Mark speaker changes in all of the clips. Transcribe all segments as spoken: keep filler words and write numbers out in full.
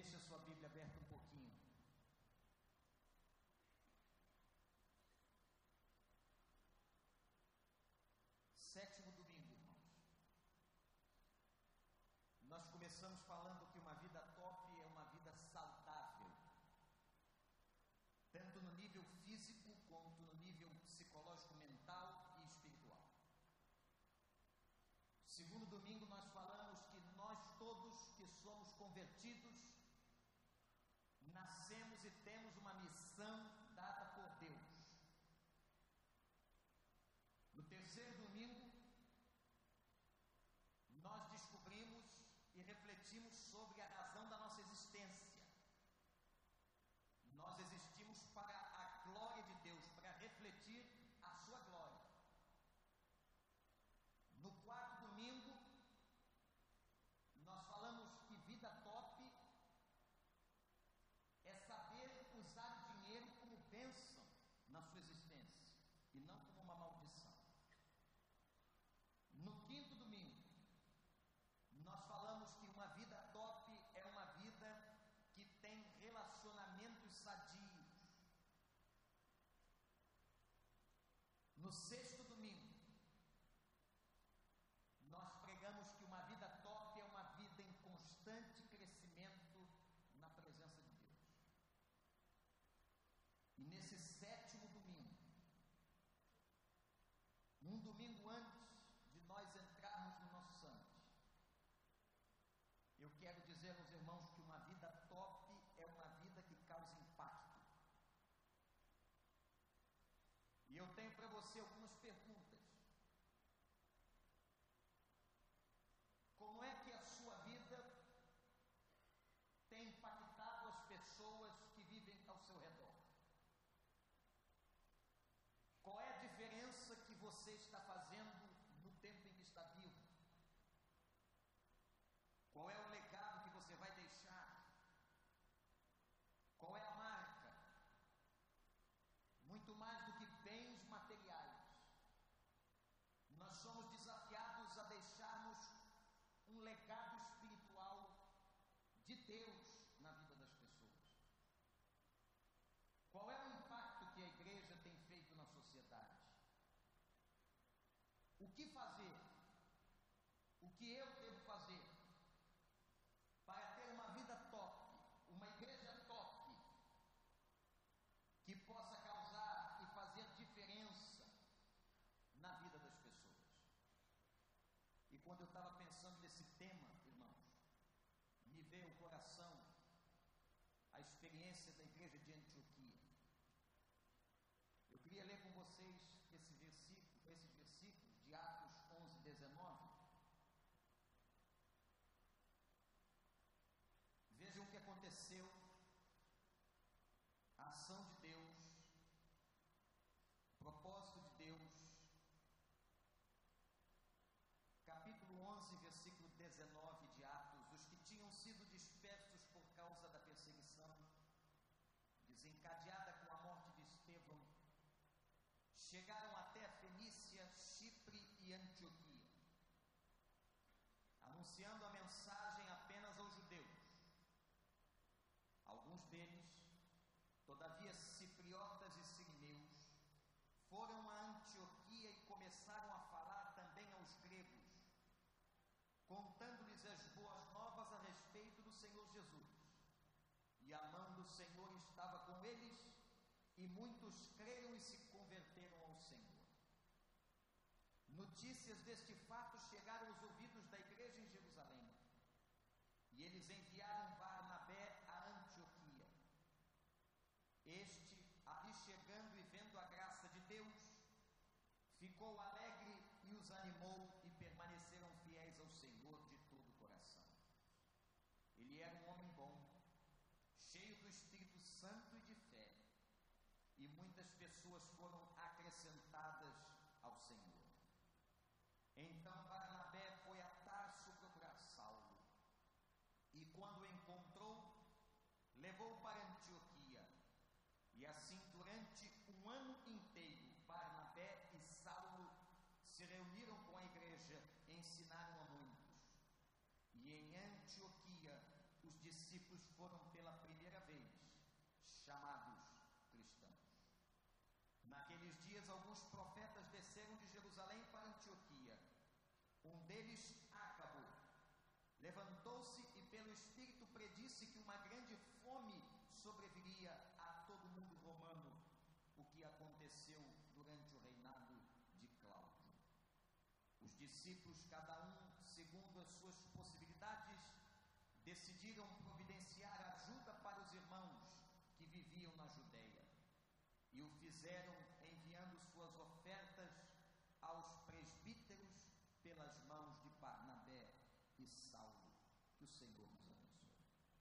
Speaker 1: Deixe a sua Bíblia aberta um pouquinho. Sétimo domingo, irmãos. Nós começamos falando que uma vida top é uma vida saudável, tanto no nível físico quanto no nível psicológico, mental e espiritual. Segundo domingo nós falamos que nós todos que somos convertidos, nascemos e temos uma missão dada por Deus. No terceiro domingo, nós descobrimos e refletimos sobre a razão da nossa existência. Nós existimos para a glória de Deus, para refletir a sua glória. No quarto domingo, nós falamos que vida top é saber usar o dinheiro como bênção na sua existência e não como uma maldição. No quinto domingo, nós falamos que uma vida top é uma vida que tem relacionamentos sadios. No sexto domingo, nós pregamos que uma vida top é uma vida em constante crescimento na presença de Deus. E nesse sétimo domingo, um domingo antes de nós entrarmos no nosso Santos, eu quero dizer aos irmãos que uma vida top é uma vida que causa impacto. E eu tenho para você algumas perguntas. Como é que a sua vida tem impactado as pessoas que vivem ao seu redor? Qual é a diferença que você está fazendo no tempo em que está vivo? Qual é o legado que você vai deixar? Qual é a marca? Muito mais do que bens materiais, nós somos desafiados a deixarmos um legado espiritual de Deus na vida das pessoas. Qual é o impacto que a igreja tem feito na sociedade? O que fazer? O que eu devo fazer para ter uma vida top, uma igreja top, que possa causar e fazer diferença na vida das pessoas? E quando eu estava pensando nesse tema, irmãos, me veio ao coração a experiência da igreja de Antioquia. Eu queria ler com vocês esse versículo, esses versículos de Atos onze, dezenove. Vejam o que aconteceu, a ação de Deus, o propósito de Deus. Capítulo onze, versículo dezenove de Atos. Os que tinham sido dispersos por causa da perseguição, desencadeada com a morte de Estevão, chegaram até a Fenícia, Chipre e Antioquia, anunciando a mensagem apenas aos judeus. Alguns deles, todavia cipriotas e sirineus, foram a Antioquia e começaram a falar também aos gregos, contando-lhes as boas novas a respeito do Senhor Jesus. E a mão do Senhor estava com eles, e muitos creram e se converteram ao Senhor. Notícias deste fato chegaram aos ouvidos da igreja em Jerusalém, e eles enviaram Barnabé a Antioquia. Este, ali chegando e vendo a graça de Deus, ficou alegre e os animou, e permaneceram fiéis ao Senhor de todo o coração. Ele era um homem bom, cheio do Espírito Santo e de fé, e muitas pessoas foram acrescentadas ao Senhor. Então Barnabé foi a Tarso procurar Saulo, e quando o encontrou, levou-o para Antioquia. E assim, durante um ano inteiro, Barnabé e Saulo se reuniram com a igreja e ensinaram a muitos. E em Antioquia, os discípulos discípulos foram pela primeira vez chamados cristãos. Naqueles dias, alguns profetas desceram de Jerusalém para Antioquia. Um deles, Ágabo, levantou-se e pelo Espírito predisse que uma grande fome sobreviria a todo o mundo romano, o que aconteceu durante o reinado de Cláudio. Os discípulos, cada um segundo as suas possibilidades, decidiram providenciar ajuda para os irmãos que viviam na Judéia, e o fizeram enviando suas ofertas aos presbíteros pelas mãos de Barnabé e Saulo. Que o Senhor nos abençoe.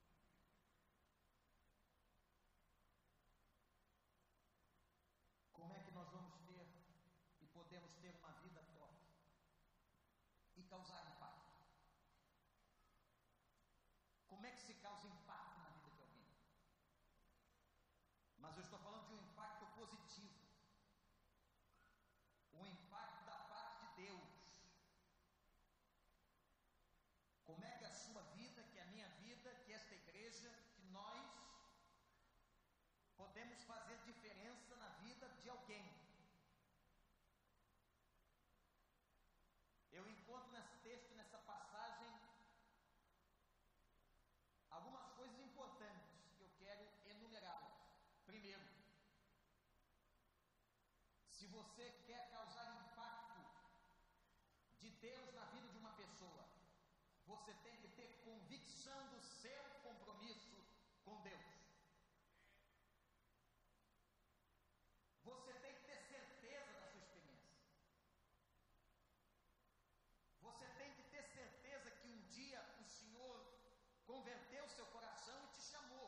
Speaker 1: Como é que nós vamos ter e podemos ter uma vida top e causar impacto? Como é que se causa impacto na vida de alguém? Mas eu estou falando de um impacto positivo, um impacto da parte de Deus. Como é que a sua vida, que a minha vida, que esta igreja, que nós podemos fazer diferença na vida de alguém? Eu encontro nesse texto, nessa passagem, algumas coisas importantes que eu quero enumerá-las. Primeiro, se você quer causar impacto de Deus na vida de uma pessoa, você tem que ter convicção do seu compromisso com Deus. Você tem que ter certeza da sua experiência. Você tem que ter certeza que um dia o Senhor converteu seu coração e te chamou.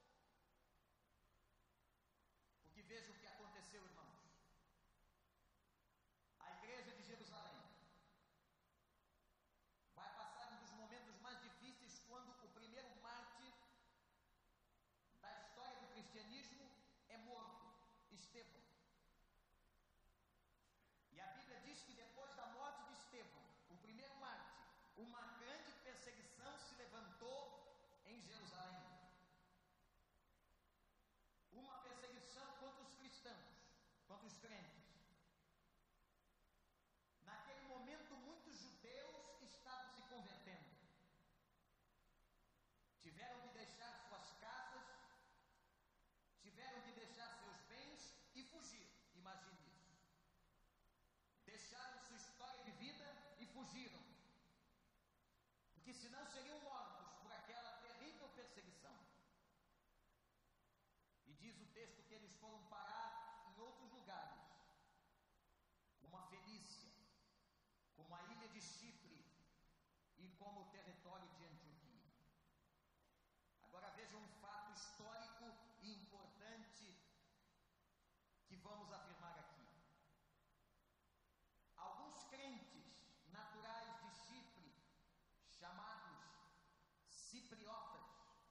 Speaker 1: Porque veja o que aconteceu, irmãos. A igreja de Jerusalém vai passar um dos momentos mais difíceis quando o primeiro mártir da história do cristianismo é morto, Estevão. E a Bíblia diz que depois da morte de Estevão, o primeiro mártir, uma grande perseguição se levantou em Jerusalém. Uma perseguição contra os cristãos, contra os crentes. Naquele momento, muitos judeus estavam se convertendo. Tiveram que deixar suas casas, tiveram que deixar seus bens e fugir. Imagine isso. Deixaram sua história de vida e fugiram. Porque senão seriam mortos por aquela terrível perseguição. E diz o texto que eles foram parar em outros lugares, como a Fenícia, como a ilha de Chipre e como o território de Antioquia. Agora vejam um fato histórico e importante que vamos afirmar aqui. Alguns crentes naturais de Chipre, chamados cipriotas,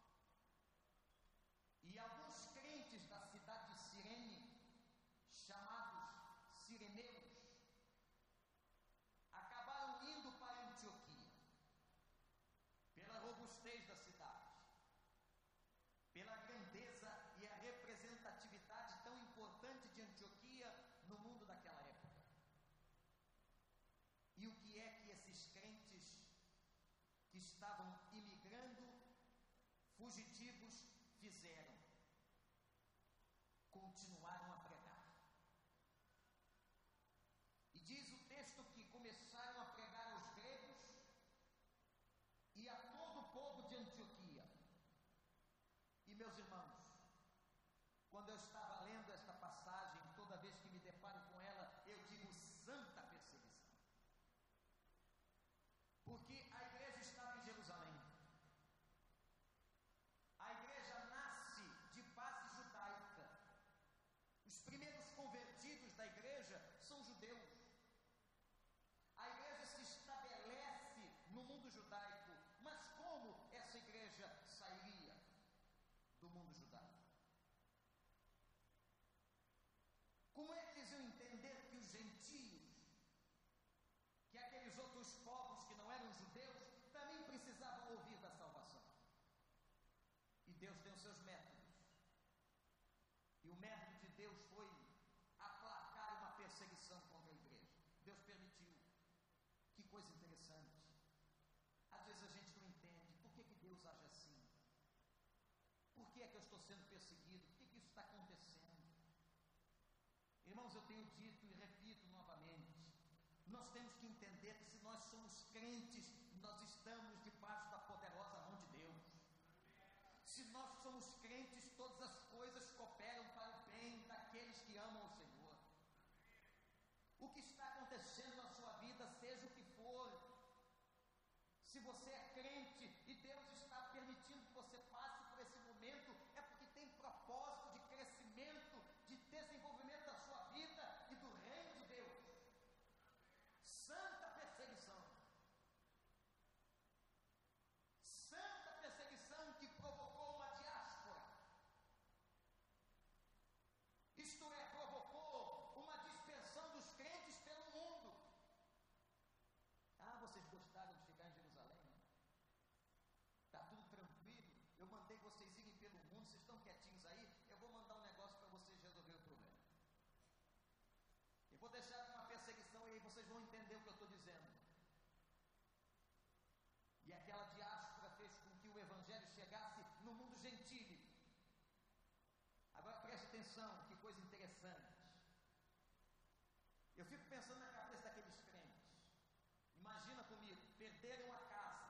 Speaker 1: e alguns crentes da cidade de Cirene, chamados sireneus, acabaram indo para Antioquia, pela robustez da cidade, pela grandeza e a representatividade tão importante de Antioquia no mundo daquela época. E o que é que esses crentes que estavam imigrando, fugitivos, fizeram? Continuaram a pregar. E diz o texto que começaram a pregar aos gregos e a todo o povo de Antioquia. E meus irmãos, quando eu estava lendo esta passagem, toda vez que me deparo com ela, eu digo santa perseguição. Porque a igreja estava em Jerusalém. A igreja nasce de base judaica. Os primeiros convertidos da igreja são judeus. A igreja se estabelece no mundo judaico. Mas como essa igreja sairia do mundo judaico? Como é que eles iam entender que os gentios, que aqueles outros povos que não eram judeus, também precisavam ouvir da salvação? seus métodos. E o método de Deus foi aplacar uma perseguição contra a igreja. Deus permitiu. Que coisa interessante. Às vezes a gente não entende. Por que que Deus age assim? Por que é que eu estou sendo perseguido? Por que que isso está acontecendo? Irmãos, eu tenho dito e repito novamente. Nós temos que entender que se nós somos crentes, nós estamos debaixo da poderosa mão de Deus. Se nós somos crentes, todas as coisas cooperam para o bem daqueles que amam o Senhor. O que está acontecendo na sua vida, seja o que for, se você é crente e Deus está permitindo que você passe por esse momento, é porque tem propósito de crescimento, de desenvolvimento da sua vida e do reino de Deus. Santa perseguição. Santa perseguição que provocou uma diáspora. Isto é, provocou uma dispersão dos crentes pelo mundo. Ah, vocês gostaram de ficar em Jerusalém, né? Está tudo tranquilo. Eu mandei vocês irem pelo mundo, vocês estão quietinhos aí. Eu vou mandar um negócio para vocês resolverem o problema. Eu vou deixar uma perseguição e aí vocês vão entender o que eu estou dizendo. E aquela diáspora fez com que o evangelho chegasse no mundo gentílico. Agora preste atenção, que coisa interessante. Eu fico pensando na cabeça daqueles crentes. Imagina comigo, perderam a casa,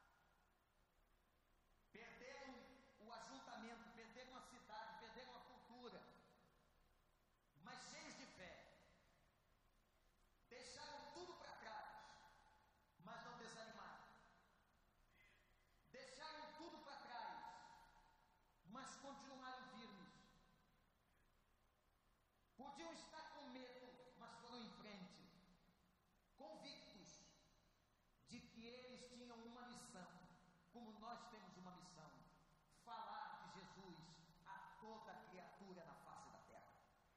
Speaker 1: perderam o ajuntamento, perderam a cidade, perderam a cultura, mas cheios de fé. Deixaram tudo para trás, mas não desanimaram. Deixaram tudo para trás, mas continuaram firmes. Podiam estar com medo, mas foram em frente, convictos de que eles tinham uma missão, como nós temos uma missão: falar de Jesus a toda criatura na face da terra.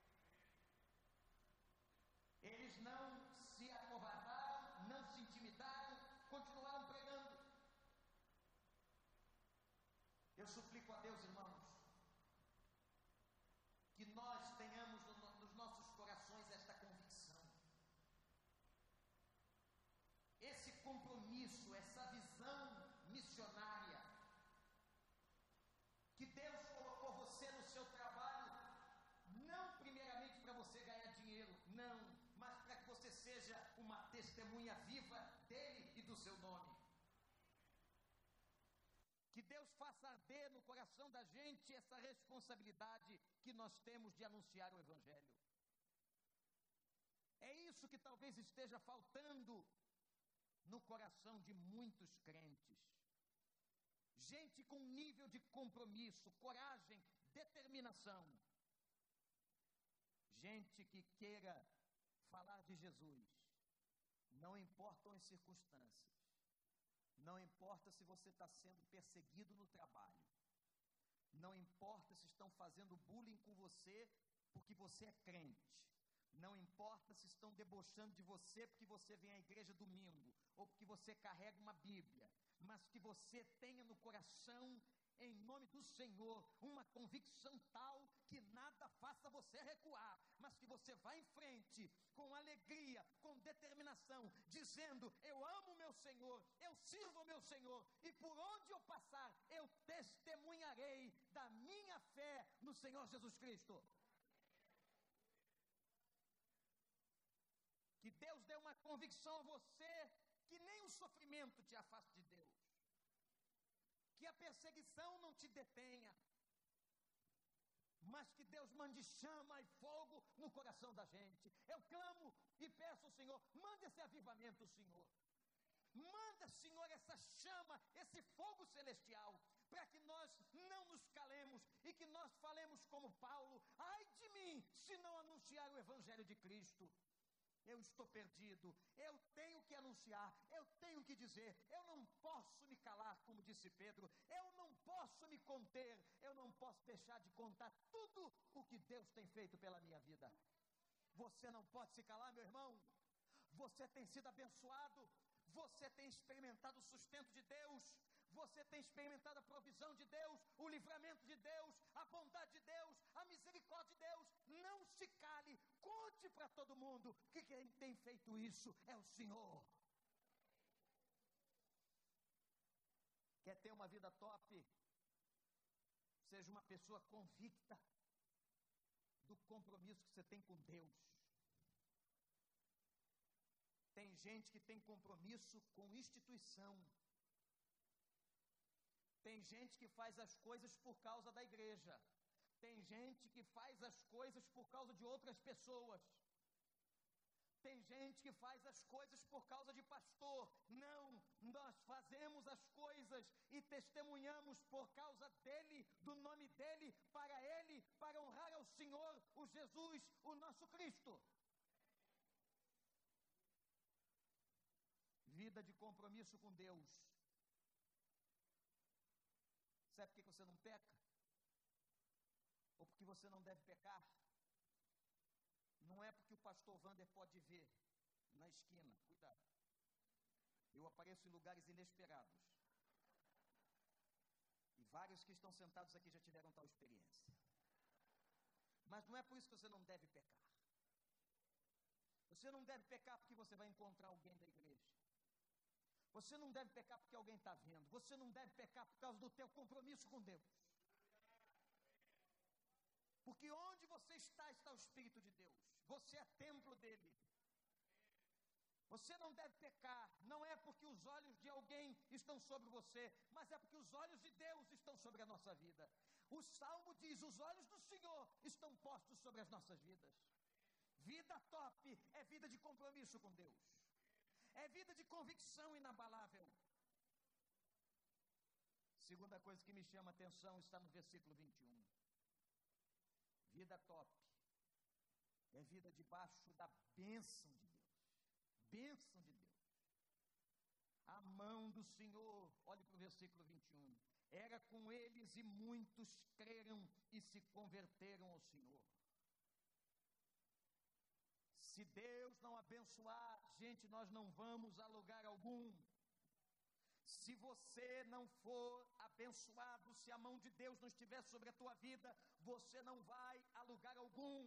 Speaker 1: Eles não se acovardaram, não se intimidaram, continuaram pregando. Eu suplico a Deus, irmãos, que nós tenhamos no, nos nossos corações esta convicção, esse compromisso, essa visão missionária, que Deus colocou você no seu trabalho, não primeiramente para você ganhar dinheiro, não, mas para que você seja uma testemunha viva dele e do seu nome. Que Deus faça arder no coração da gente essa responsabilidade que nós temos de anunciar o Evangelho. É isso que talvez esteja faltando no coração de muitos crentes. Gente com nível de compromisso, coragem, determinação. Gente que queira falar de Jesus. Não importam as circunstâncias. Não importa se você está sendo perseguido no trabalho. Não importa se estão fazendo bullying com você porque você é crente. Não importa se estão debochando de você porque você vem à igreja domingo, ou porque você carrega uma Bíblia, mas que você tenha no coração, em nome do Senhor, uma convicção tal que nada faça você recuar, mas que você vá em frente com alegria, com determinação, dizendo: eu amo o meu Senhor, eu sirvo o meu Senhor, e por onde eu passar, eu testemunharei da minha fé no Senhor Jesus Cristo. Que Deus dê uma convicção a você, que nem o sofrimento te afaste de Deus. Que a perseguição não te detenha, mas que Deus mande chama e fogo no coração da gente. Eu clamo e peço ao Senhor, manda esse avivamento, Senhor. Manda, Senhor, essa chama, esse fogo celestial, para que nós não nos calemos e que nós falemos como Paulo: ai de mim, se não anunciar o Evangelho de Cristo. Eu estou perdido, eu tenho que anunciar, eu tenho que dizer, eu não posso me calar, como disse Pedro, eu não posso me conter, eu não posso deixar de contar tudo o que Deus tem feito pela minha vida. Você não pode se calar, meu irmão. Você tem sido abençoado, você tem experimentado o sustento de Deus, você você tem experimentado a provisão de Deus, o livramento de Deus, a bondade de Deus, a misericórdia de Deus. Não se cale, conte para todo mundo que quem tem feito isso é o Senhor. Quer ter uma vida top? Seja uma pessoa convicta do compromisso que você tem com Deus. Tem gente que tem compromisso com instituição. Tem gente que faz as coisas por causa da igreja. Tem gente que faz as coisas por causa de outras pessoas. Tem gente que faz as coisas por causa de pastor. Não, nós fazemos as coisas e testemunhamos por causa dele, do nome dele, para ele, para honrar ao Senhor, o Jesus, o nosso Cristo. Vida de compromisso com Deus. Sabe por que você não peca? Ou porque você não deve pecar? Não é porque o pastor Wander pode ver na esquina, cuidado. Eu apareço em lugares inesperados. E vários que estão sentados aqui já tiveram tal experiência. Mas não é por isso que você não deve pecar. Você não deve pecar porque você vai encontrar alguém da igreja. Você não deve pecar porque alguém está vendo. Você não deve pecar por causa do teu compromisso com Deus. Porque onde você está, está o Espírito de Deus. Você é templo dele. Você não deve pecar, não é porque os olhos de alguém estão sobre você, mas é porque os olhos de Deus estão sobre a nossa vida. O Salmo diz, os olhos do Senhor estão postos sobre as nossas vidas. Vida top é vida de compromisso com Deus. É vida de convicção inabalável. Segunda coisa que me chama a atenção está no versículo vinte e um. Vida top é vida debaixo da bênção de Deus. Bênção de Deus. A mão do Senhor, olhe para o versículo vinte e um. Era com eles e muitos creram e se converteram ao Senhor. Se Deus não abençoar, gente, nós não vamos a lugar algum. Se você não for abençoado, se a mão de Deus não estiver sobre a tua vida, você não vai a lugar algum.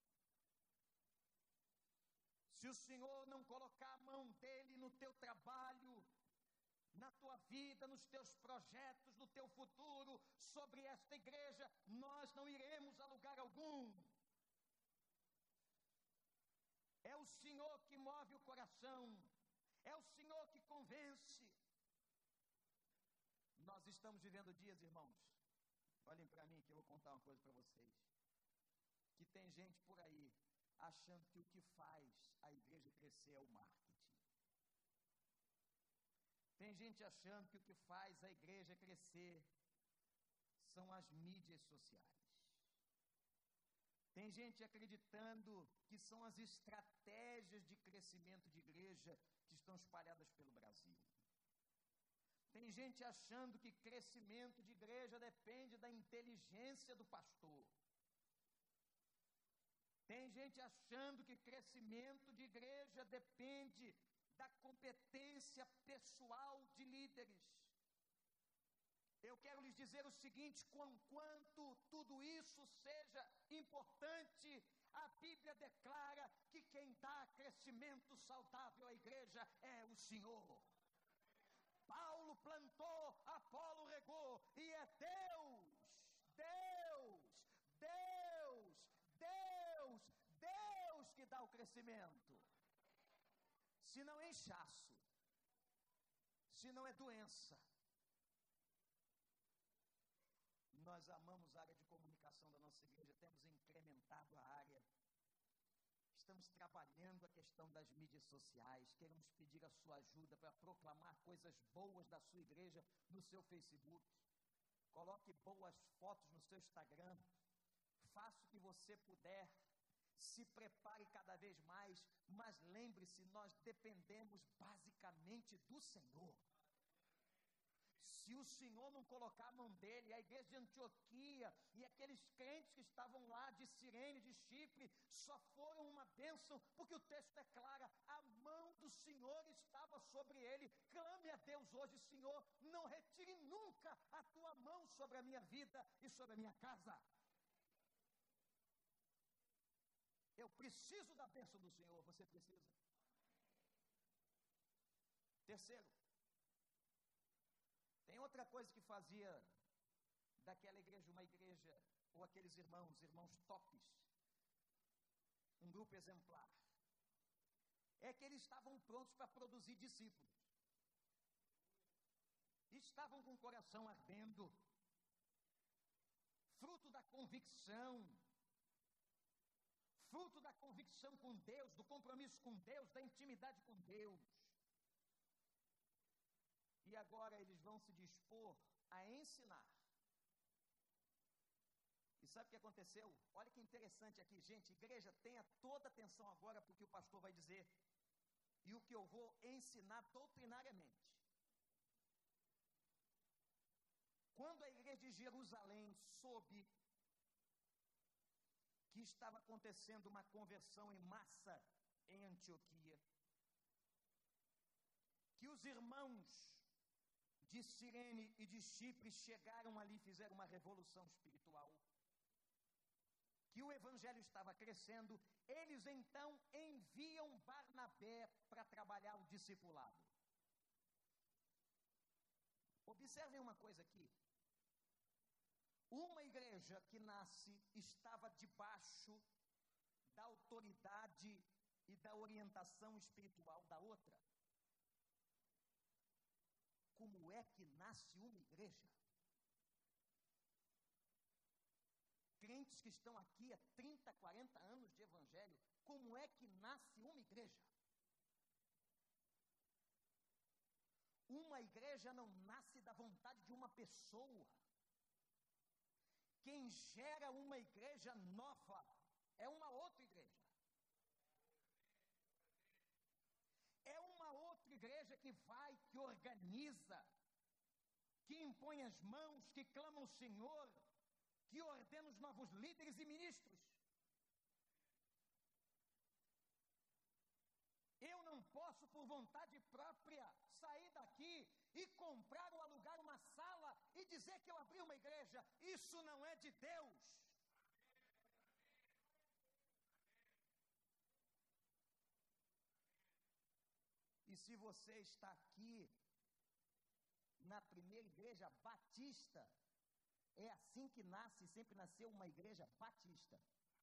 Speaker 1: Se o Senhor não colocar a mão dele no teu trabalho, na tua vida, nos teus projetos, no teu futuro, sobre esta igreja, nós não iremos a lugar algum. É o Senhor que move o coração, é o Senhor que convence. Nós estamos vivendo dias, irmãos, olhem para mim que eu vou contar uma coisa para vocês, que tem gente por aí achando que o que faz a igreja crescer é o marketing. Tem gente achando que o que faz a igreja crescer são as mídias sociais. Tem gente acreditando que são as estratégias de crescimento de igreja que estão espalhadas pelo Brasil. Tem gente achando que crescimento de igreja depende da inteligência do pastor. Tem gente achando que crescimento de igreja depende da competência pessoal de líderes. Eu quero lhes dizer o seguinte, conquanto tudo isso seja importante, a Bíblia declara que quem dá crescimento saudável à igreja é o Senhor. Paulo plantou, Apolo regou, e é Deus, Deus, Deus, Deus, Deus que dá o crescimento. Se não é inchaço, se não é doença. Nós amamos a área de comunicação da nossa igreja, temos incrementado a área. Estamos trabalhando a questão das mídias sociais, queremos pedir a sua ajuda para proclamar coisas boas da sua igreja no seu Facebook. Coloque boas fotos no seu Instagram, faça o que você puder, se prepare cada vez mais, mas lembre-se, nós dependemos basicamente do Senhor. Se o Senhor não colocar a mão dele, a igreja de Antioquia e aqueles crentes que estavam lá de Cirene, de Chipre, só foram uma bênção, porque o texto declara, a mão do Senhor estava sobre ele. Clame a Deus hoje, Senhor, não retire nunca sobre a minha vida e sobre a minha casa. Eu preciso da bênção do Senhor, você precisa. Terceiro, tem outra coisa que fazia daquela igreja uma igreja, ou aqueles irmãos, irmãos tops, um grupo exemplar. É que eles estavam prontos para produzir discípulos. Estavam com o coração ardendo, fruto da convicção, fruto da convicção com Deus, do compromisso com Deus, da intimidade com Deus. E agora eles vão se dispor a ensinar. E sabe o que aconteceu? Olha que interessante aqui, gente. Igreja, tenha toda atenção agora porque o pastor vai dizer e o que eu vou ensinar doutrinariamente. Quando a igreja de Jerusalém soube que estava acontecendo uma conversão em massa em Antioquia, que os irmãos de Cirene e de Chipre chegaram ali e fizeram uma revolução espiritual, que o evangelho estava crescendo, eles então enviam Barnabé para trabalhar o discipulado. Observem uma coisa aqui. Uma igreja que nasce estava debaixo da autoridade e da orientação espiritual da outra. Como é que nasce uma igreja? Crentes que estão aqui há trinta, quarenta anos de evangelho, como é que nasce uma igreja? Uma igreja não nasce da vontade de uma pessoa. Quem gera uma igreja nova é uma outra igreja. É uma outra igreja que vai, que organiza, que impõe as mãos, que clama ao Senhor, que ordena os novos líderes e ministros. Eu não posso, por vontade própria, sair daqui e comprar ou alugar uma sala e dizer que eu abri uma igreja. Isso não é de Deus. E se você está aqui na primeira igreja batista, é assim que nasce, sempre nasceu uma igreja batista.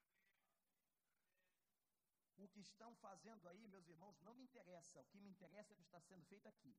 Speaker 1: O que estão fazendo aí, meus irmãos, não me interessa. O que me interessa é o que está sendo feito aqui.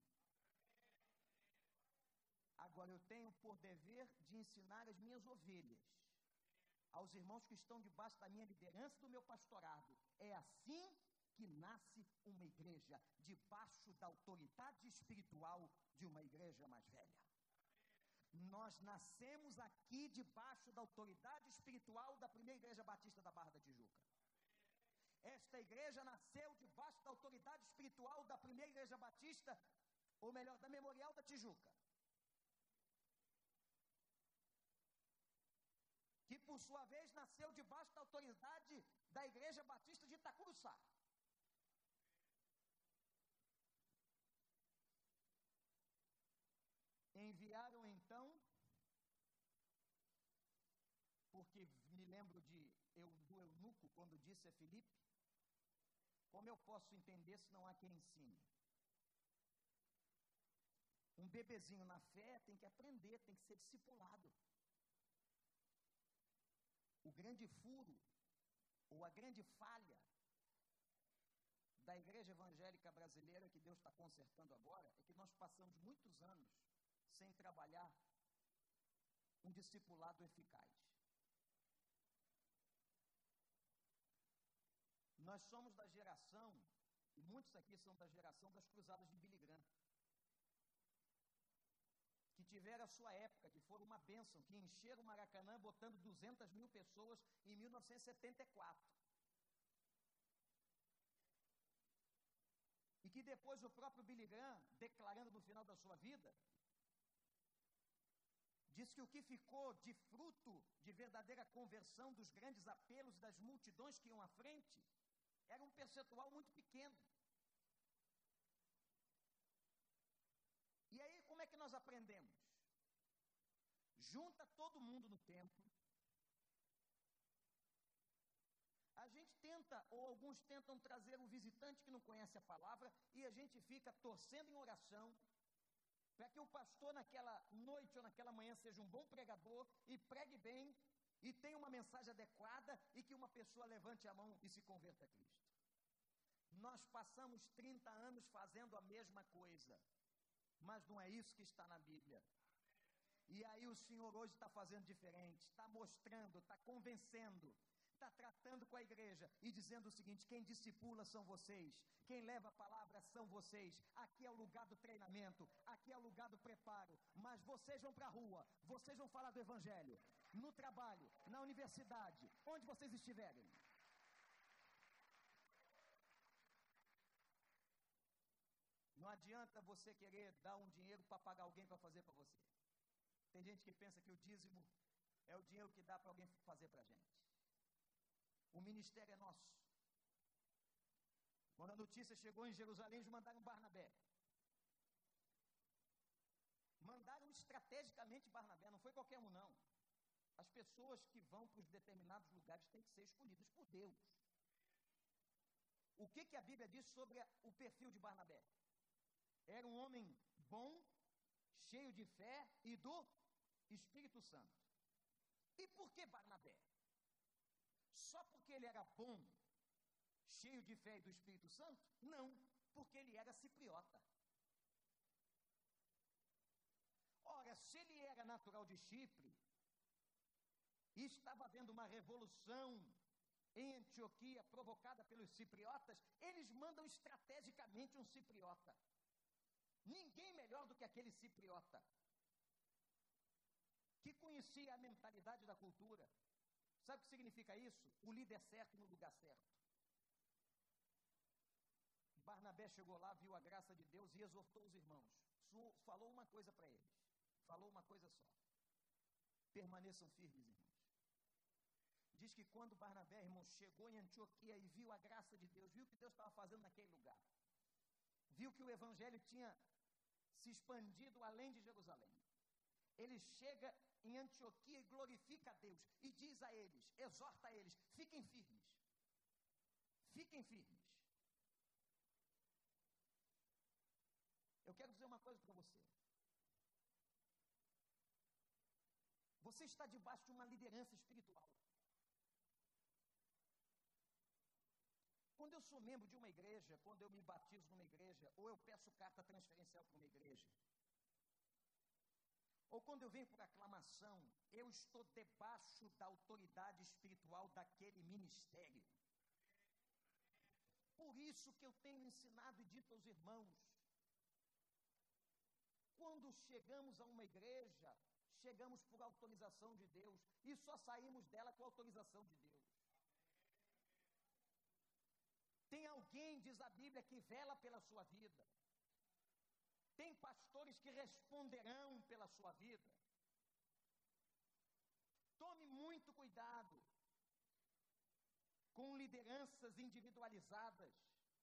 Speaker 1: Agora, eu tenho por dever de ensinar as minhas ovelhas, aos irmãos que estão debaixo da minha liderança e do meu pastorado. É assim que nasce uma igreja, debaixo da autoridade espiritual de uma igreja mais velha. Nós nascemos aqui debaixo da autoridade espiritual da primeira igreja batista da Barra da Tijuca. Esta igreja nasceu debaixo da autoridade espiritual da primeira igreja batista, ou melhor, da Memorial da Tijuca, que por sua vez nasceu debaixo da autoridade da igreja batista de Itacuruçá. Enviaram então, porque me lembro de eu, do eunuco, quando disse a Filipe, como eu posso entender se não há quem ensine? Um bebezinho na fé tem que aprender, tem que ser discipulado. O grande furo, ou a grande falha da igreja evangélica brasileira, que Deus está consertando agora, é que nós passamos muitos anos sem trabalhar um discipulado eficaz. Nós somos da geração, e muitos aqui são da geração das cruzadas de Billy Graham, que tiveram a sua época, que foram uma bênção, que encheram o Maracanã botando duzentas mil pessoas em mil novecentos e setenta e quatro. E que depois o próprio Billy Graham, declarando no final da sua vida, diz que o que ficou de fruto de verdadeira conversão dos grandes apelos das multidões que iam à frente, era um percentual muito pequeno. E aí, como é que nós aprendemos? junta todo mundo no templo. A gente tenta, ou alguns tentam trazer um visitante que não conhece a palavra, e a gente fica torcendo em oração, para que o pastor naquela noite ou naquela manhã seja um bom pregador, e pregue bem, e tenha uma mensagem adequada, e que uma pessoa levante a mão e se converta a Cristo. Nós passamos trinta anos fazendo a mesma coisa, mas não é isso que está na Bíblia. E aí o Senhor hoje está fazendo diferente, está mostrando, está convencendo, está tratando com a igreja e dizendo o seguinte: quem discipula são vocês, quem leva a palavra são vocês, aqui é o lugar do treinamento, aqui é o lugar do preparo, mas vocês vão para a rua, vocês vão falar do Evangelho, no trabalho, na universidade, onde vocês estiverem. Não adianta você querer dar um dinheiro para pagar alguém para fazer para você. Tem gente que pensa que o dízimo é o dinheiro que dá para alguém fazer para a gente. O ministério é nosso. Quando a notícia chegou em Jerusalém, eles mandaram Barnabé. Mandaram estrategicamente Barnabé, não foi qualquer um não. As pessoas que vão para os determinados lugares têm que ser escolhidas por Deus. O que, que a Bíblia diz sobre a, o perfil de Barnabé? Era um homem bom, cheio de fé e do Espírito Santo. E por que Barnabé? Só porque ele era bom, cheio de fé e do Espírito Santo? Não, porque ele era cipriota. Ora, se ele era natural de Chipre, e estava havendo uma revolução em Antioquia provocada pelos cipriotas, eles mandam estrategicamente um cipriota. Ninguém melhor do que aquele cipriota, que conhecia a mentalidade da cultura. Sabe o que significa isso? O líder certo no lugar certo. Barnabé chegou lá, viu a graça de Deus e exortou os irmãos. Falou uma coisa para eles. Falou uma coisa só. Permaneçam firmes, irmãos. Diz que quando Barnabé, irmãos, chegou em Antioquia e viu a graça de Deus, viu o que Deus estava fazendo naquele lugar, viu que o evangelho tinha se expandido além de Jerusalém, ele chega em Antioquia e glorifica a Deus, e diz a eles, exorta a eles, fiquem firmes, fiquem firmes. Eu quero dizer uma coisa para você. Você está debaixo de uma liderança espiritual. Quando eu sou membro de uma igreja, quando eu me batizo numa igreja, ou eu peço carta transferencial para uma igreja, ou quando eu venho por aclamação, eu estou debaixo da autoridade espiritual daquele ministério. Por isso que eu tenho ensinado e dito aos irmãos, quando chegamos a uma igreja, chegamos por autorização de Deus, e só saímos dela com a autorização de Deus. Tem alguém, diz a Bíblia, que vela pela sua vida. Tem pastores que responderão pela sua vida. Tome muito cuidado com lideranças individualizadas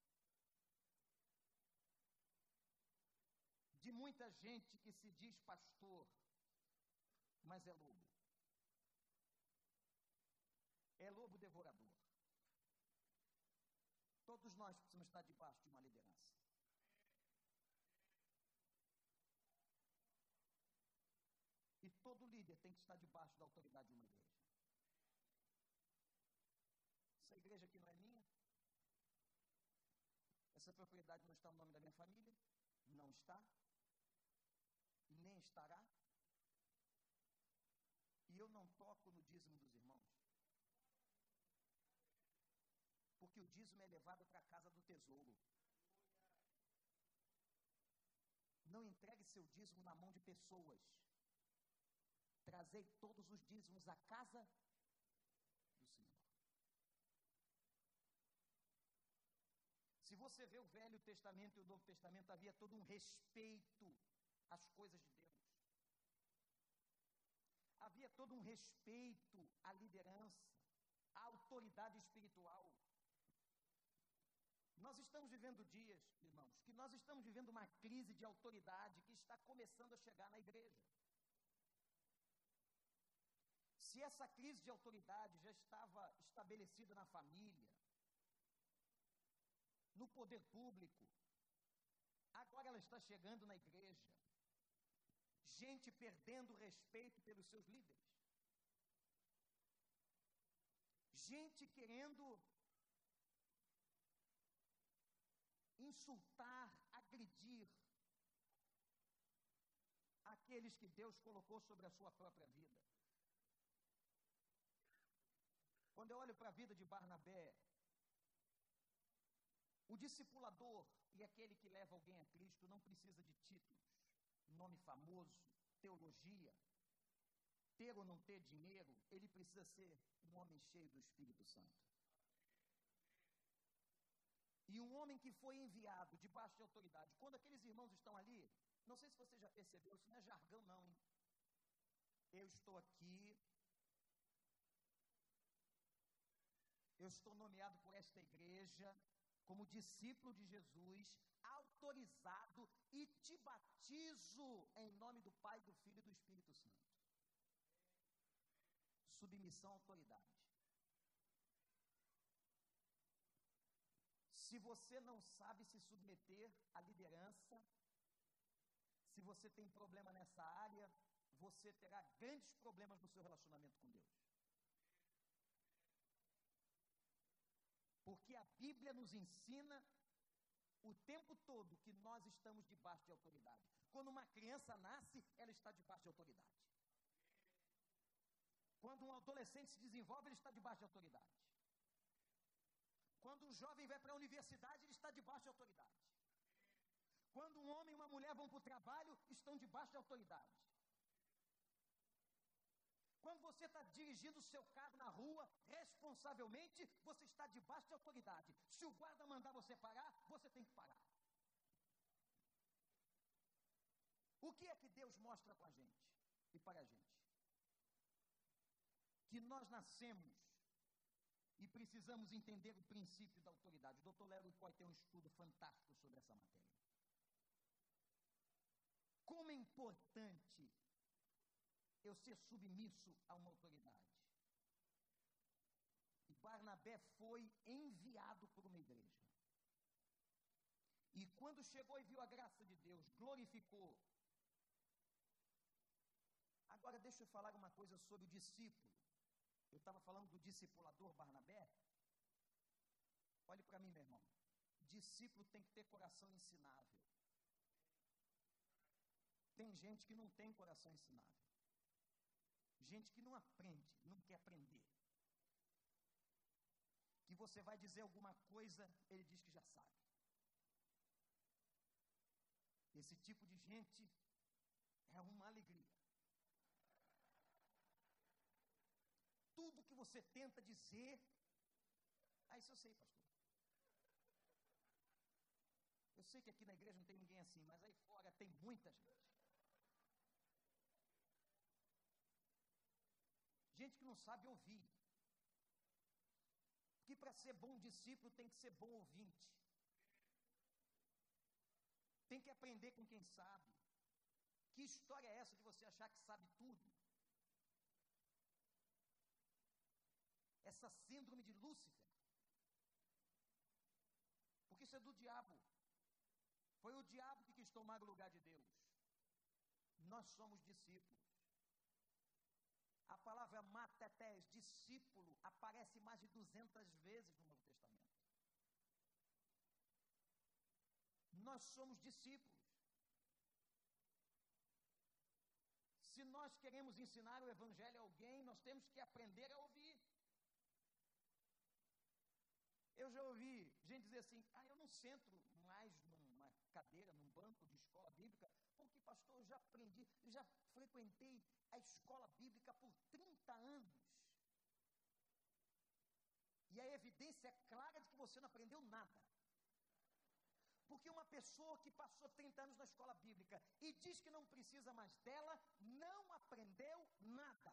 Speaker 1: de muita gente que se diz pastor, mas é lobo. É lobo devorador. Todos nós precisamos estar debaixo de uma liderança. E todo líder tem que estar debaixo da autoridade de uma igreja. Essa igreja aqui não é minha. Essa propriedade não está no nome da minha família. Não está. E nem estará. E eu não toco no dízimo dos irmãos. Porque o dízimo é levado para a casa do tesouro. Não entregue seu dízimo na mão de pessoas. Trazei todos os dízimos à casa do Senhor. Se você vê o Velho Testamento e o Novo Testamento, havia todo um respeito às coisas de Deus. Havia todo um respeito à liderança, à autoridade espiritual. Nós estamos vivendo dias, irmãos, que nós estamos vivendo uma crise de autoridade que está começando a chegar na igreja. Se essa crise de autoridade já estava estabelecida na família, no poder público, agora ela está chegando na igreja. Gente perdendo respeito pelos seus líderes. Gente querendo insultar, agredir aqueles que Deus colocou sobre a sua própria vida. Quando eu olho para a vida de Barnabé, o discipulador e aquele que leva alguém a Cristo não precisa de títulos, nome famoso, teologia, ter ou não ter dinheiro, ele precisa ser um homem cheio do Espírito Santo. E um homem que foi enviado debaixo de autoridade. Quando aqueles irmãos estão ali, não sei se você já percebeu, isso não é jargão não, hein? Eu estou aqui, eu estou nomeado por esta igreja como discípulo de Jesus, autorizado, e te batizo em nome do Pai, do Filho e do Espírito Santo. Submissão à autoridade. Se você não sabe se submeter à liderança, se você tem problema nessa área, você terá grandes problemas no seu relacionamento com Deus. Porque a Bíblia nos ensina o tempo todo que nós estamos debaixo de autoridade. Quando uma criança nasce, ela está debaixo de autoridade. Quando um adolescente se desenvolve, ele está debaixo de autoridade. Quando um jovem vai para a universidade, ele está debaixo de autoridade. Quando um homem e uma mulher vão para o trabalho, estão debaixo de autoridade. Quando você está dirigindo o seu carro na rua, responsavelmente, você está debaixo de autoridade. Se o guarda mandar você parar, você tem que parar. O que é que Deus mostra com a gente e para a gente? Que nós nascemos e precisamos entender o princípio da autoridade. O doutor Lero pode ter um estudo fantástico sobre essa matéria. Como é importante eu ser submisso a uma autoridade. E Barnabé foi enviado por uma igreja. E quando chegou e viu a graça de Deus, glorificou. Agora deixa eu falar uma coisa sobre o discípulo. Eu estava falando do discipulador Barnabé. Olhe para mim, meu irmão. Discípulo tem que ter coração ensinável. Tem gente que não tem coração ensinável. Gente que não aprende, não quer aprender. Que você vai dizer alguma coisa, ele diz que já sabe. Esse tipo de gente é uma alegria. Tudo que você tenta dizer, ah, isso eu sei, pastor. Eu sei que aqui na igreja não tem ninguém assim, mas aí fora tem muita gente. Gente que não sabe ouvir. Porque para ser bom discípulo tem que ser bom ouvinte. Tem que aprender com quem sabe. Que história é essa de você achar que sabe tudo? Essa síndrome de Lúcifer. Porque isso é do diabo. Foi o diabo que quis tomar o lugar de Deus. Nós somos discípulos. A palavra matetés, discípulo, aparece mais de duzentas vezes no Novo Testamento. Nós somos discípulos. Se nós queremos ensinar o Evangelho a alguém, nós temos que aprender a ouvir. Eu já ouvi gente dizer assim, ah, eu não sento mais numa cadeira, num banco de escola bíblica, porque, pastor, eu já aprendi, eu já frequentei a escola bíblica por trinta anos. E a evidência é clara de que você não aprendeu nada. Porque uma pessoa que passou trinta anos na escola bíblica e diz que não precisa mais dela, não aprendeu nada.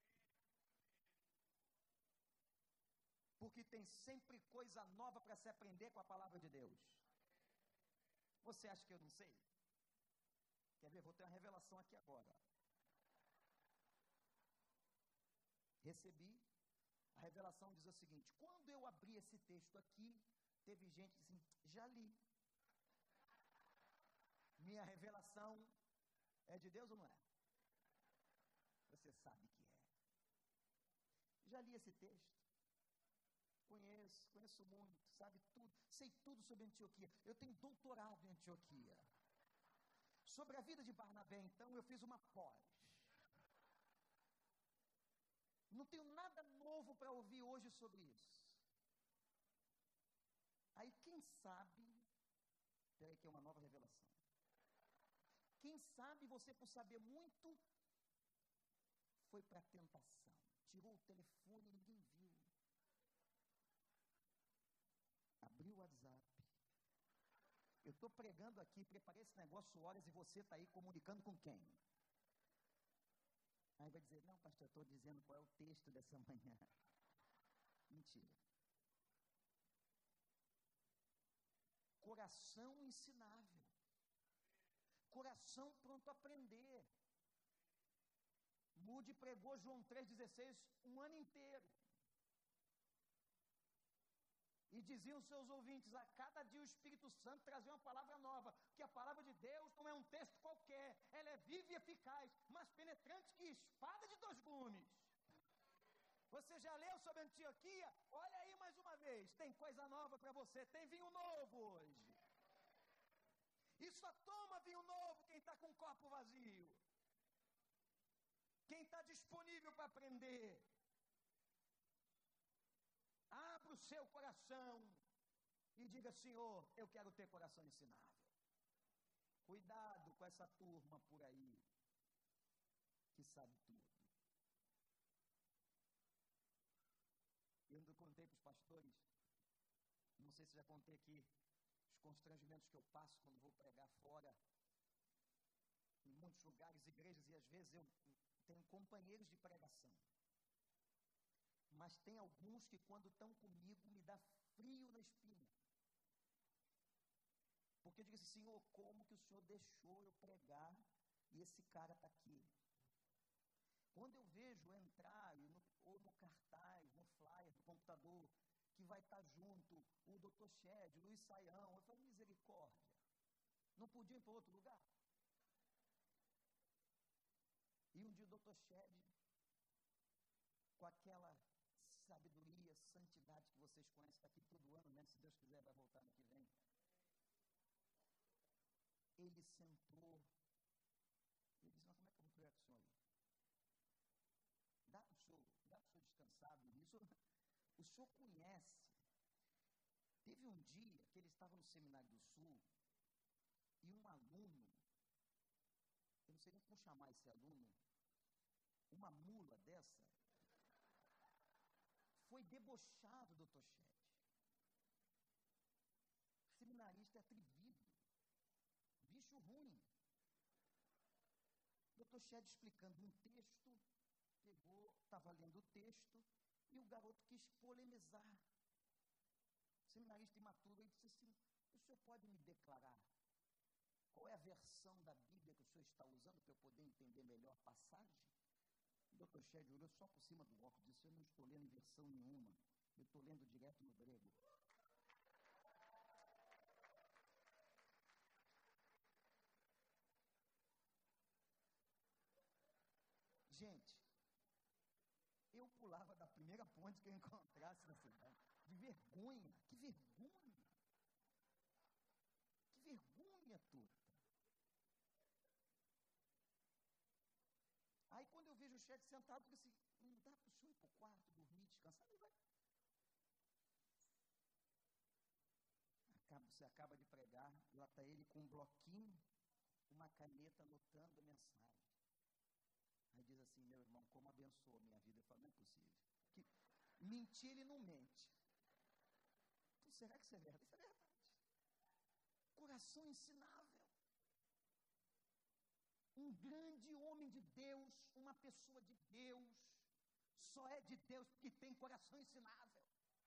Speaker 1: Porque tem sempre coisa nova para se aprender com a palavra de Deus. Você acha que eu não sei? Quer ver? Vou ter uma revelação aqui agora.
Speaker 2: Recebi. A revelação diz o seguinte: quando eu abri esse texto aqui, teve gente assim, já li. Minha revelação é de Deus ou não é? Você sabe que é. Já li esse texto. Conheço, conheço muito, sabe tudo, sei tudo sobre Antioquia. Eu tenho doutorado em Antioquia. Sobre a vida de Barnabé, então, eu fiz uma pós. Não tenho nada novo para ouvir hoje sobre isso. Aí, quem sabe, peraí que é uma nova revelação. Quem sabe você, por saber muito, foi para a tentação. Tirou o telefone e ninguém viu. Abriu o WhatsApp. Eu estou pregando aqui, preparei esse negócio horas e você está aí comunicando com quem? Aí vai dizer, não, pastor, eu estou dizendo qual é o texto dessa manhã. Mentira. Coração ensinável. Coração pronto a aprender. Moody pregou João três dezesseis um ano inteiro. E diziam seus ouvintes, a cada dia o Espírito Santo trazia uma palavra nova, que a palavra de Deus não é um texto qualquer, ela é viva e eficaz, mas penetrante que espada de dois gumes. Você já leu sobre Antioquia? Olha aí mais uma vez, tem coisa nova para você, tem vinho novo hoje. E só toma vinho novo quem está com o copo vazio. Quem está disponível para aprender. Abra o seu coração e diga, Senhor, eu quero ter coração ensinável. Cuidado com essa turma por aí, que sabe tudo. Eu ainda contei para os pastores, não sei se já contei aqui, os constrangimentos que eu passo quando vou pregar fora, em muitos lugares, igrejas, e às vezes eu tenho companheiros de pregação. Mas tem alguns que quando estão comigo me dá frio na espinha. Porque eu digo assim, Senhor, como que o Senhor deixou eu pregar e esse cara está aqui? Quando eu vejo entrar, no, ou no cartaz, no flyer, no computador, que vai estar junto o doutor Shed, o Luiz Saião, eu falo, misericórdia, não podia ir para outro lugar? E um dia o doutor Shed, com aquela sabedoria, santidade que vocês conhecem, está aqui todo ano, né? Se Deus quiser vai voltar no que vem. Ele sentou, ele disse, mas como é que eu vou pregar com o senhor aí? Dá para o senhor, dá para o senhor descansar nisso? O senhor conhece. Teve um dia que ele estava no Seminário do Sul e um aluno, eu não sei nem como chamar esse aluno, uma mula dessa, foi debochado, doutor Shed. Seminarista é atrevido, bicho ruim. Doutor Shed explicando um texto, pegou, estava lendo o texto, e o garoto quis polemizar. O seminarista imaturo, ele disse assim, o senhor pode me declarar qual é a versão da Bíblia que o senhor está usando para eu poder entender melhor a passagem? O doutor Shed olhou só por cima do óculos e disse, eu não estou lendo em versão nenhuma, eu estou lendo direto no grego. Gente, eu pulava da primeira ponte que eu encontrasse na cidade. De vergonha, que vergonha. Que vergonha, Tuta. Aí quando eu vejo o Shed sentado, eu digo assim, não dá para o senhor ir para o quarto, dormir, descansar? Ele vai. Acaba, você acaba de pregar, lá está ele com um bloquinho, uma caneta anotando a mensagem. Aí diz assim, meu irmão, como abençoou a minha vida. Eu falo, não é possível. Que, mentir ele não mente. Então, será que isso é verdade? Isso é verdade. Coração ensinável. Um grande homem de Deus, uma pessoa de Deus, só é de Deus porque tem coração ensinável.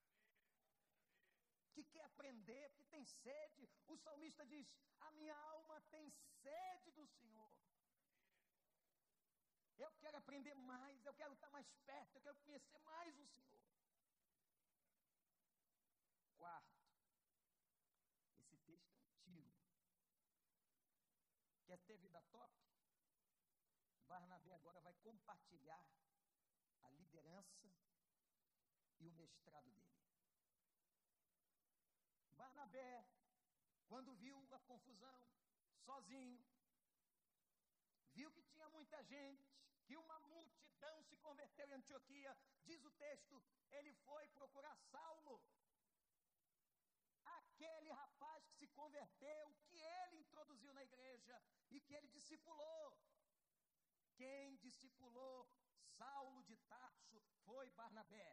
Speaker 2: Que quer aprender, porque tem sede. O salmista diz, a minha alma tem sede do Senhor. Eu quero aprender mais, eu quero estar mais perto, eu quero conhecer mais o Senhor. Quarto, esse texto é um tiro. Quer ter vida top? Barnabé agora vai compartilhar a liderança e o mestrado dele. Barnabé, quando viu a confusão, sozinho, viu que tinha muita gente, que uma multidão se converteu em Antioquia, diz o texto, ele foi procurar Saulo, aquele rapaz que se converteu, que ele introduziu na igreja e que ele discipulou. Quem discipulou Saulo de Tarso foi Barnabé.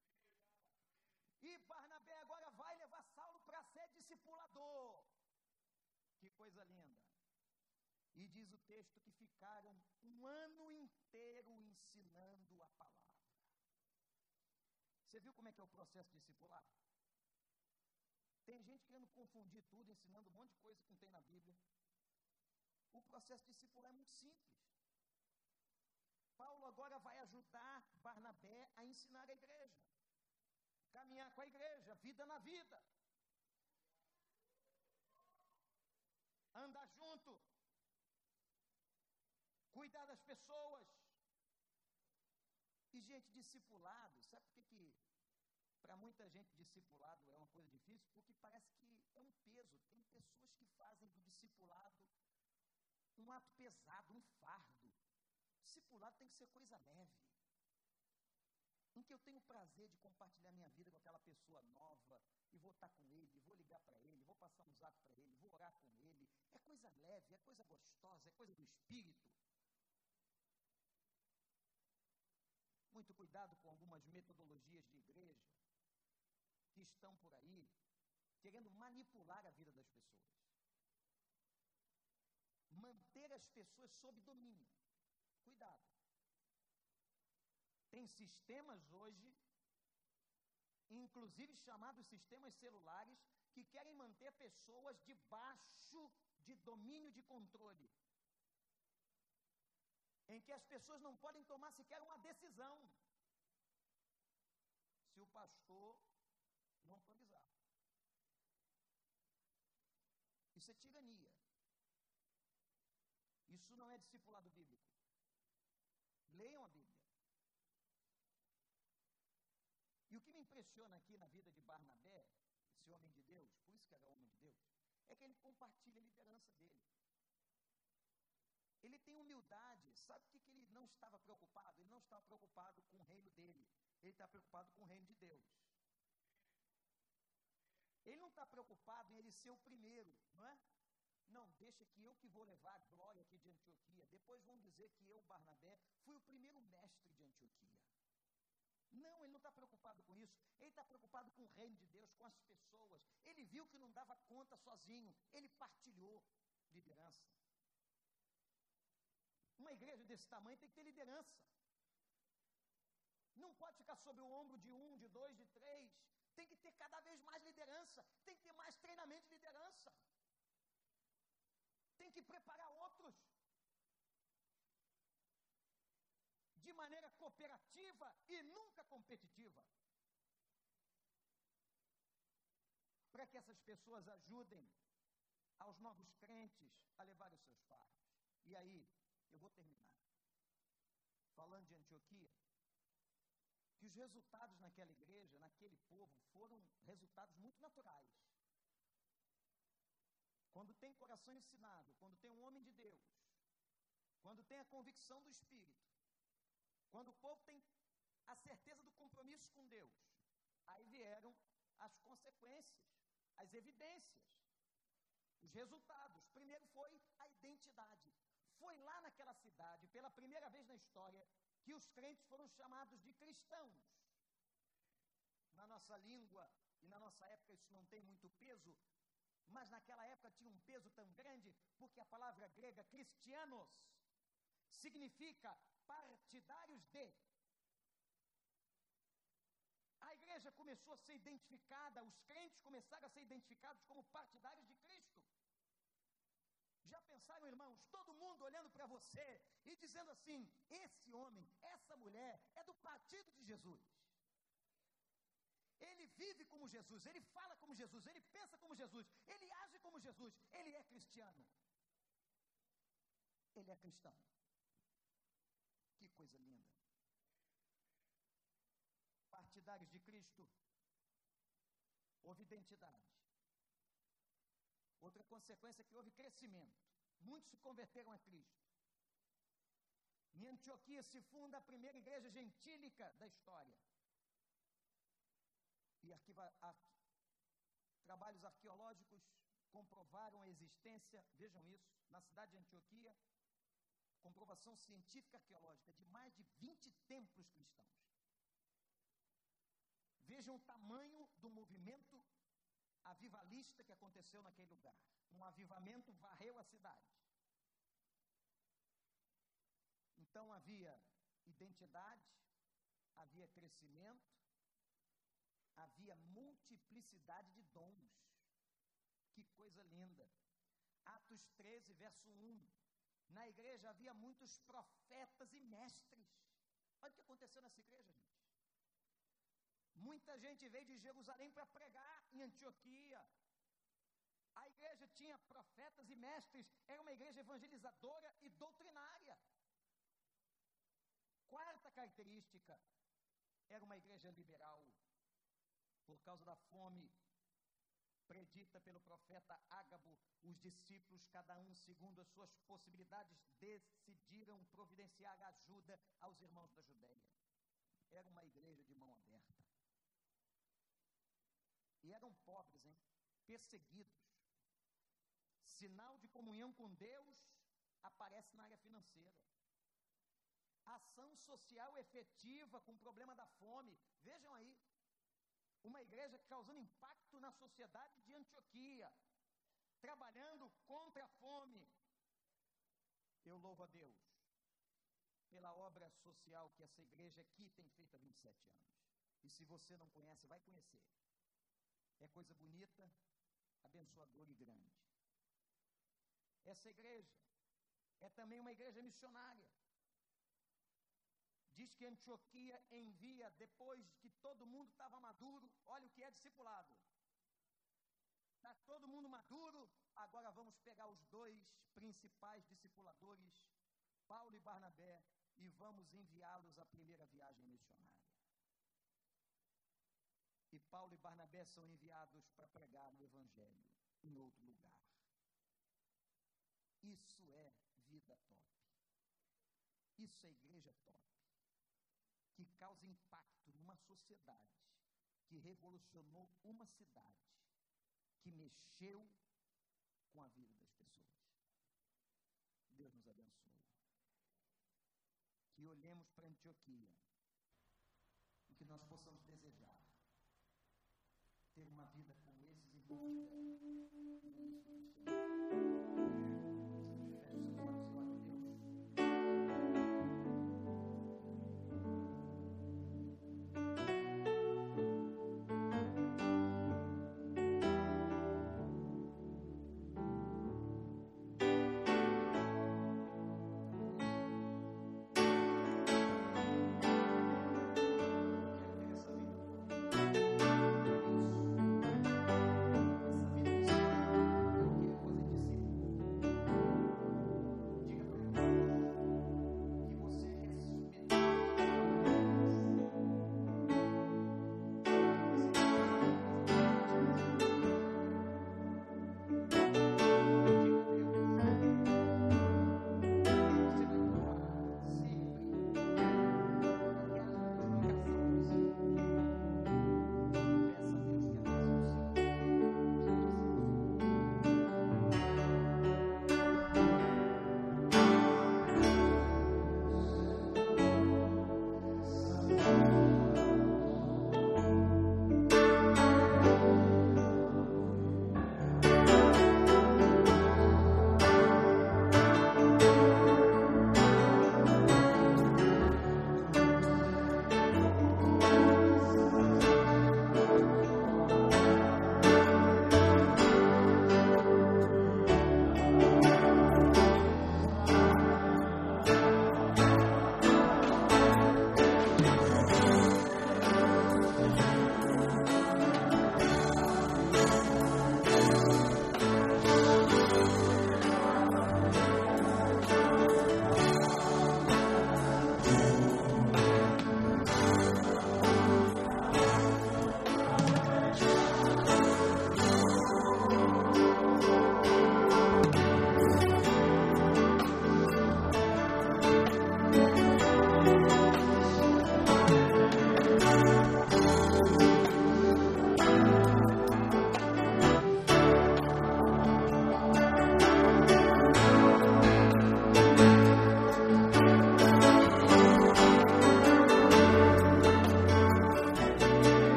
Speaker 2: E Barnabé agora vai levar Saulo para ser discipulador. Que coisa linda. E diz o texto que ficaram um ano inteiro ensinando a palavra. Você viu como é que é o processo discipular? Tem gente querendo confundir tudo, ensinando um monte de coisa que não tem na Bíblia. O processo discipular é muito simples. Paulo agora vai ajudar Barnabé a ensinar a igreja. Caminhar com a igreja, vida na vida. Andar junto. Cuidar das pessoas. E gente, discipulado, sabe por que que para muita gente discipulado é uma coisa difícil? Porque parece que é um peso. Tem pessoas que fazem do discipulado um ato pesado, um fardo. Discipulado tem que ser coisa leve, em que eu tenho o prazer de compartilhar minha vida com aquela pessoa nova, e vou estar com ele, vou ligar para ele, vou passar um zap para ele, vou orar com ele. É coisa leve, é coisa gostosa, é coisa do espírito. Muito cuidado com algumas metodologias de igreja que estão por aí, querendo manipular a vida das pessoas. Manter as pessoas sob domínio. Cuidado. Tem sistemas hoje, inclusive chamados sistemas celulares, que querem manter pessoas debaixo de domínio de controle. Em que as pessoas não podem tomar sequer uma decisão, se o pastor não autorizar. Isso é tirania. Isso não é discipulado bíblico. Leiam a Bíblia. E o que me impressiona aqui na vida de Barnabé, esse homem de Deus, por isso que era homem de Deus, é que ele compartilha a liderança dele. Ele tem humildade. Sabe o que, que ele não estava preocupado? Ele não estava preocupado com o reino dele. Ele está preocupado com o reino de Deus. Ele não está preocupado em ele ser o primeiro, não é? Não, deixa que eu que vou levar a glória aqui de Antioquia. Depois vão dizer que eu, Barnabé, fui o primeiro mestre de Antioquia. Não, ele não está preocupado com isso. Ele está preocupado com o reino de Deus, com as pessoas. Ele viu que não dava conta sozinho. Ele partilhou liderança. Uma igreja desse tamanho tem que ter liderança. Não pode ficar sobre o ombro de um, de dois, de três. Tem que ter cada vez mais liderança. Tem que ter mais treinamento de liderança. Tem que preparar outros. De maneira cooperativa e nunca competitiva. Para que essas pessoas ajudem aos novos crentes a levar os seus fardos. E aí, eu vou terminar. Falando de Antioquia, que os resultados naquela igreja, naquele povo, foram resultados muito naturais. Quando tem coração ensinado, quando tem um homem de Deus, quando tem a convicção do Espírito, quando o povo tem a certeza do compromisso com Deus, aí vieram as consequências, as evidências, os resultados. Primeiro foi a identidade. Foi lá naquela cidade, pela primeira vez na história, que os crentes foram chamados de cristãos. Na nossa língua e na nossa época isso não tem muito peso, mas naquela época tinha um peso tão grande, porque a palavra grega cristianos significa partidários de. A igreja começou a ser identificada, os crentes começaram a ser identificados como partidários de Cristo. Já pensaram, irmãos, todo mundo olhando para você e dizendo assim: esse homem, essa mulher é do partido de Jesus. Ele vive como Jesus, ele fala como Jesus, ele pensa como Jesus, ele age como Jesus, ele é cristiano. Ele é cristão. Que coisa linda. Partidários de Cristo, houve identidade. Outra consequência é que houve crescimento. Muitos se converteram a Cristo. Em Antioquia se funda a primeira igreja gentílica da história. E arquiva, ar, trabalhos arqueológicos comprovaram a existência, vejam isso, na cidade de Antioquia, comprovação científica arqueológica de mais de vinte templos cristãos. Vejam o tamanho do movimento avivalista que aconteceu naquele lugar. Um avivamento varreu a cidade. Então havia identidade, havia crescimento, havia multiplicidade de dons. Que coisa linda. Atos treze, verso um. Na igreja havia muitos profetas e mestres. Olha o que aconteceu nessa igreja, gente. Muita gente veio de Jerusalém para pregar em Antioquia. A igreja tinha profetas e mestres, era uma igreja evangelizadora e doutrinária. Quarta característica, era uma igreja liberal. Por causa da fome predita pelo profeta Ágabo, os discípulos, cada um segundo as suas possibilidades, decidiram providenciar ajuda aos irmãos da Judéia. Era uma igreja de mão aberta. E eram pobres, hein? Perseguidos. Sinal de comunhão com Deus aparece na área financeira. Ação social efetiva com o problema da fome. Vejam aí. Uma igreja causando impacto na sociedade de Antioquia, trabalhando contra a fome. Eu louvo a Deus pela obra social que essa igreja aqui tem feito há vinte e sete anos. E se você não conhece, vai conhecer. É coisa bonita, abençoadora e grande. Essa igreja é também uma igreja missionária. Diz que Antioquia envia, depois que todo mundo estava maduro, olha o que é discipulado. Está todo mundo maduro, agora vamos pegar os dois principais discipuladores, Paulo e Barnabé, e vamos enviá-los à primeira viagem missionária. E Paulo e Barnabé são enviados para pregar o evangelho em outro lugar. Isso é vida top. Isso é igreja top. Que causa impacto numa sociedade, que revolucionou uma cidade, que mexeu com a vida das pessoas. Deus nos abençoe. Que olhemos para Antioquia e que nós possamos desejar ter uma vida como esses irmãos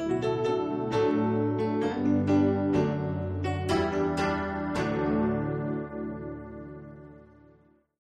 Speaker 1: Deus.